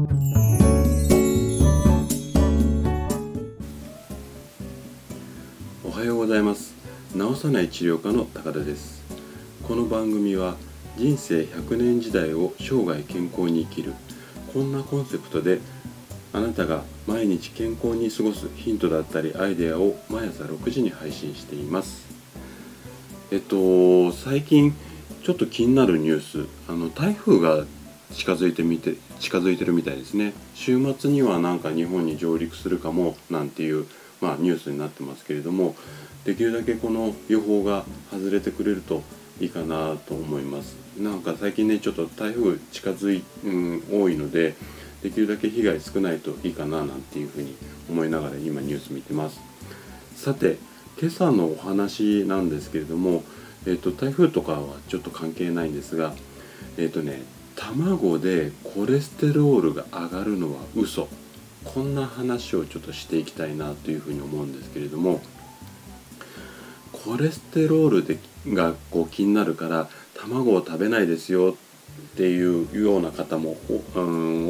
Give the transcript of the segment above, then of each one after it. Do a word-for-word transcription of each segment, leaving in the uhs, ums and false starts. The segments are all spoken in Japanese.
おはようございます。治さない治療科の高田です。この番組は人生ひゃくねん時代を生涯健康に生きる、こんなコンセプトであなたが毎日健康に過ごすヒントだったりアイデアを毎朝ろくじに配信しています。えっと最近ちょっと気になるニュース、あの台風が近づいてみて近づいてるみたいですね。週末にはなんか日本に上陸するかもなんていう、まあ、ニュースになってますけれども、できるだけこの予報が外れてくれるといいかなと思います。なんか最近ねちょっと台風近づい、うん、多いので、できるだけ被害少ないといいかななんていうふうに思いながら今ニュース見てます。さて今朝のお話なんですけれども、えっと台風とかはちょっと関係ないんですが、えっとね卵でコレステロールが上がるのは嘘、こんな話をちょっとしていきたいなというふうに思うんですけれども、コレステロールでがこう気になるから卵を食べないですよっていうような方も、うん、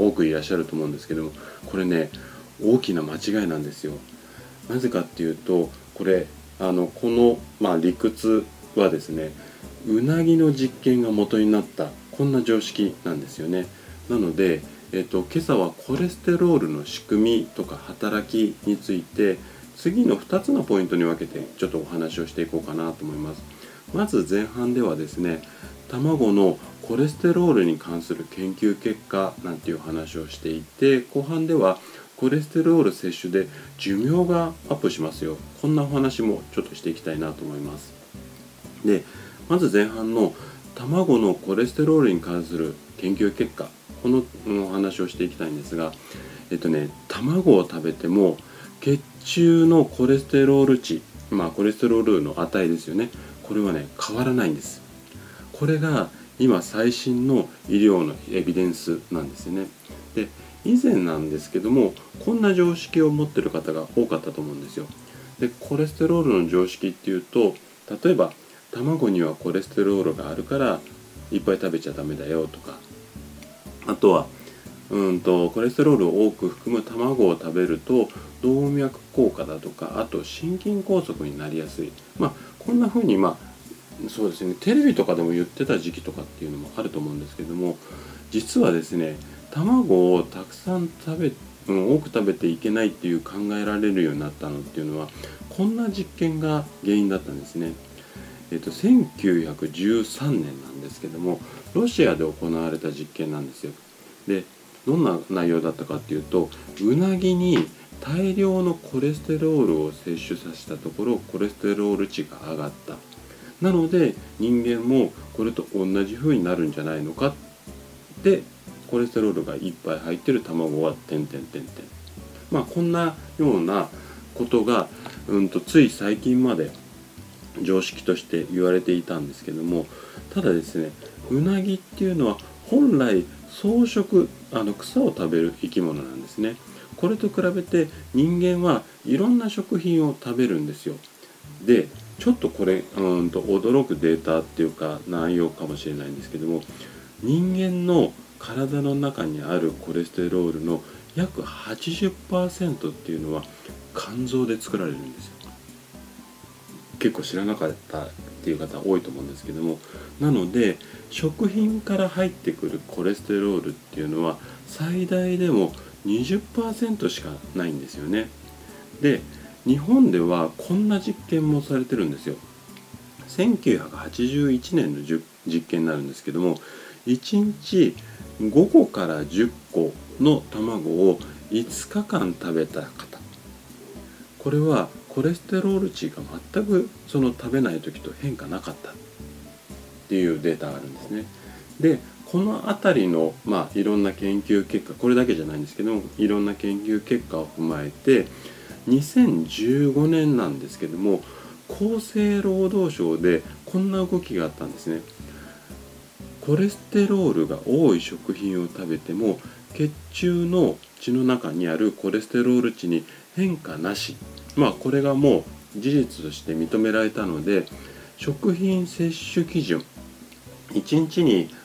多くいらっしゃると思うんですけども、これね大きな間違いなんですよ。なぜかっていうと、これあのこの、まあ、理屈はですね、うなぎの実験が元になったこんな常識なんですよね。なので、えっと、今朝はコレステロールの仕組みとか働きについて次のふたつのポイントに分けてちょっとお話をしていこうかなと思います。まず前半ではですね、卵のコレステロールに関する研究結果なんていう話をしていて、後半ではコレステロール摂取で寿命がアップしますよ、こんなお話もちょっとしていきたいなと思います。でまず前半の卵のコレステロールに関する研究結果、このお話をしていきたいんですが、えっとね卵を食べても血中のコレステロール値、まあコレステロールの値ですよね、これはね変わらないんです。これが今最新の医療のエビデンスなんですよね。で以前なんですけども、こんな常識を持っている方が多かったと思うんですよ。でコレステロールの常識っていうと、例えば卵にはコレステロールがあるからいっぱい食べちゃダメだよとか、あとはうんとコレステロールを多く含む卵を食べると動脈硬化だとか、あと心筋梗塞になりやすい、まあこんな風にまあそうですね、テレビとかでも言ってた時期とかっていうのもあると思うんですけども、実はですね卵をたくさん食べ、うん、多く食べていけないっていう考えられるようになったのっていうのは、こんな実験が原因だったんですね。えっと、せんきゅうひゃくじゅうさんねんなんですけども、ロシアで行われた実験なんですよ。でどんな内容だったかっていうと、うなぎに大量のコレステロールを摂取させたところ、コレステロール値が上がった。なので人間もこれと同じ風になるんじゃないのか。でコレステロールがいっぱい入ってる卵は点々点々。まあこんなようなことが、うんとつい最近まで常識として言われていたんですけども、ただですね、うなぎっていうのは本来草食、あの草を食べる生き物なんですね。これと比べて人間はいろんな食品を食べるんですよ。でちょっとこれうんと驚くデータっていうか内容かもしれないんですけども、人間の体の中にあるコレステロールの約 はちじゅっパーセント っていうのは肝臓で作られるんですよ。結構知らなかったっていう方多いと思うんですけども、なので食品から入ってくるコレステロールっていうのは最大でも にじゅっパーセント しかないんですよね。で日本ではこんな実験もされてるんですよ。せんきゅうひゃくはちじゅういちねんの実験になるんですけども、いちにちごこからじゅっこの卵をいつかかん食べた方、これはコレステロール値が全くその食べない時と変化なかったっていうデータがあるんですね。でこのあたりの、まあ、いろんな研究結果、これだけじゃないんですけども、いろんな研究結果を踏まえてにせんじゅうごねんなんですけども、厚生労働省でこんな動きがあったんですね。コレステロールが多い食品を食べても血中の血の中にあるコレステロール値に変化なし、まあこれがもう事実として認められたので、食品摂取基準いちにちに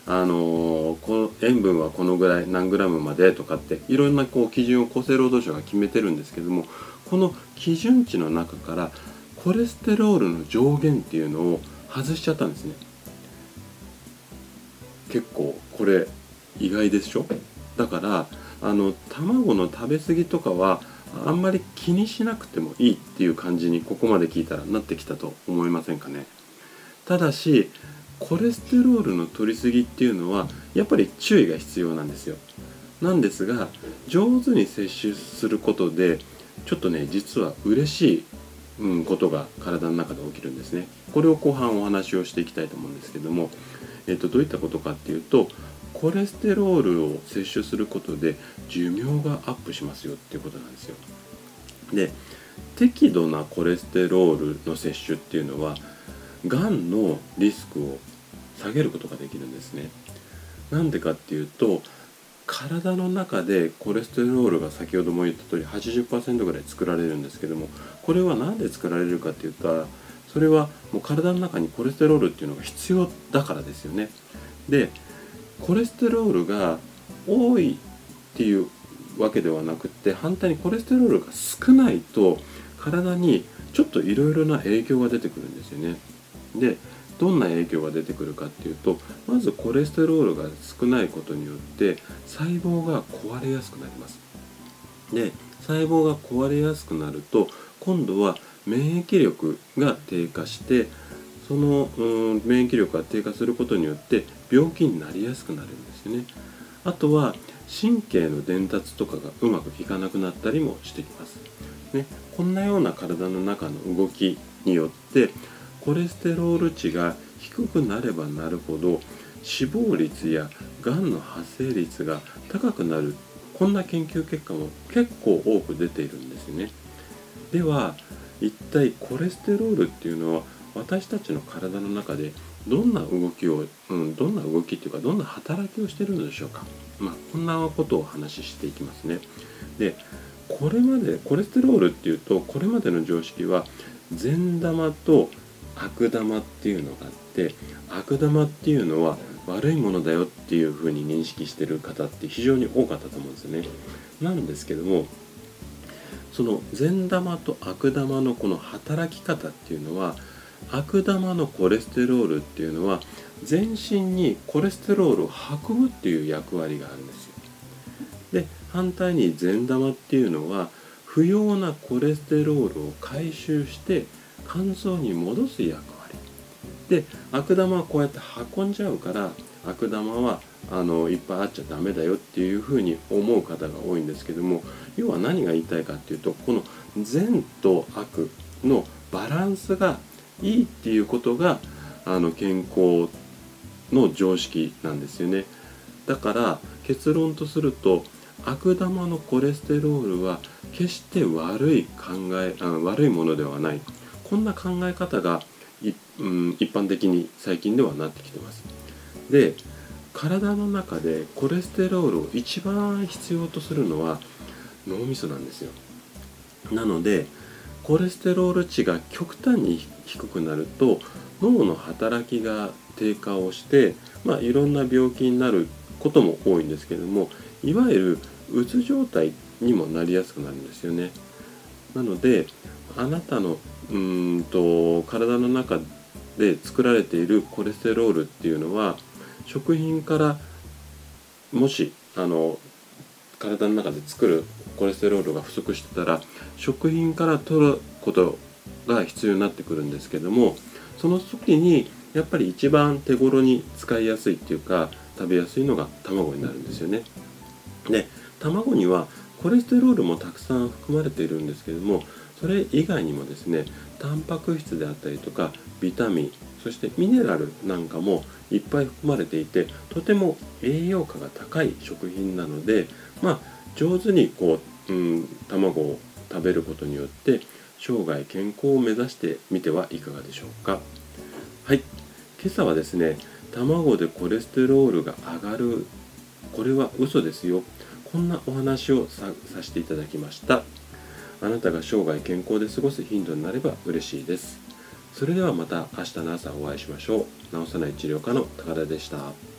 あのこの塩分はこのぐらい何グラムまでとかっていろんなこう基準を厚生労働省が決めてるんですけども、この基準値の中からコレステロールの上限っていうのを外しちゃったんですね。結構これ意外でしょ。だからあの卵の食べ過ぎとかはあんまり気にしなくてもいいっていう感じにここまで聞いたらなってきたと思いませんかね。ただしコレステロールの取り過ぎっていうのはやっぱり注意が必要なんですよ。なんですが上手に摂取することでちょっとね実は嬉しい、うん、ことが体の中で起きるんですね。これを後半お話をしていきたいと思うんですけども、えっと、どういったことかっていうと、コレステロールを摂取することで寿命がアップしますよっていうことなんですよ。で、適度なコレステロールの摂取っていうのはがんのリスクを下げることができるんですね。なんでかっていうと、体の中でコレステロールが先ほども言った通り はちじゅっパーセント ぐらい作られるんですけども、これは何で作られるかって言ったら、それはもう体の中にコレステロールっていうのが必要だからですよね。で、コレステロールが多いっていうわけではなくって、反対にコレステロールが少ないと体にちょっといろいろな影響が出てくるんですよね。で、どんな影響が出てくるかっていうと、まずコレステロールが少ないことによって細胞が壊れやすくなります。で、細胞が壊れやすくなると今度は免疫力が低下して、その、うん、免疫力が低下することによって病気になりやすくなるんですよね。あとは神経の伝達とかがうまくいかなくなったりもしてきます、ね、こんなような体の中の動きによってコレステロール値が低くなればなるほど死亡率やがんの発生率が高くなる、こんな研究結果も結構多く出ているんですよね。では一体コレステロールっていうのは私たちの体の中でどんな動きを、うん、どんな動きっていうかどんな働きをしているのでしょうか。まあ、こんなことをお話ししていきますね。で、これまでコレステロールっていうと、これまでの常識は善玉と悪玉っていうのがあって、悪玉っていうのは悪いものだよっていうふうに認識している方って非常に多かったと思うんですよね。なんですけども、その善玉と悪玉のこの働き方っていうのは、悪玉のコレステロールっていうのは全身にコレステロールを運ぶっていう役割があるんですよ。で、反対に善玉っていうのは不要なコレステロールを回収して肝臓に戻す役割で、悪玉はこうやって運んじゃうから、悪玉はあのいっぱいあっちゃダメだよっていうふうに思う方が多いんですけども、要は何が言いたいかっていうと、この善と悪のバランスがいいっていうことがあの健康の常識なんですよね。だから結論とすると、悪玉のコレステロールは決して悪い考えあ悪いものではない、こんな考え方がい、うん、一般的に最近ではなってきてます。で、体の中でコレステロールを一番必要とするのは脳みそなんですよ。なのでコレステロール値が極端に低くなると脳の働きが低下をして、まあ、いろんな病気になることも多いんですけども、いわゆるうつ状態にもなりやすくなるんですよね。なのであなたのうーんと体の中で作られているコレステロールっていうのは、食品からもしあの体の中で作るコレステロールが不足してたら食品から取ることが必要になってくるんですけども、その時にやっぱり一番手頃に使いやすいっていうか食べやすいのが卵になるんですよね。で、卵にはコレステロールもたくさん含まれているんですけども、それ以外にもですね、タンパク質であったりとかビタミン、そしてミネラルなんかもいっぱい含まれていて、とても栄養価が高い食品なので、まあ上手にこう、うん、卵を食べることによって生涯健康を目指してみてはいかがでしょうか。はい、今朝はですね、卵でコレステロールが上がる、これは嘘ですよ、こんなお話を さ, させていただきました。あなたが生涯健康で過ごす頻度になれば嬉しいです。それではまた明日の朝お会いしましょう。治さない治療科の高田でした。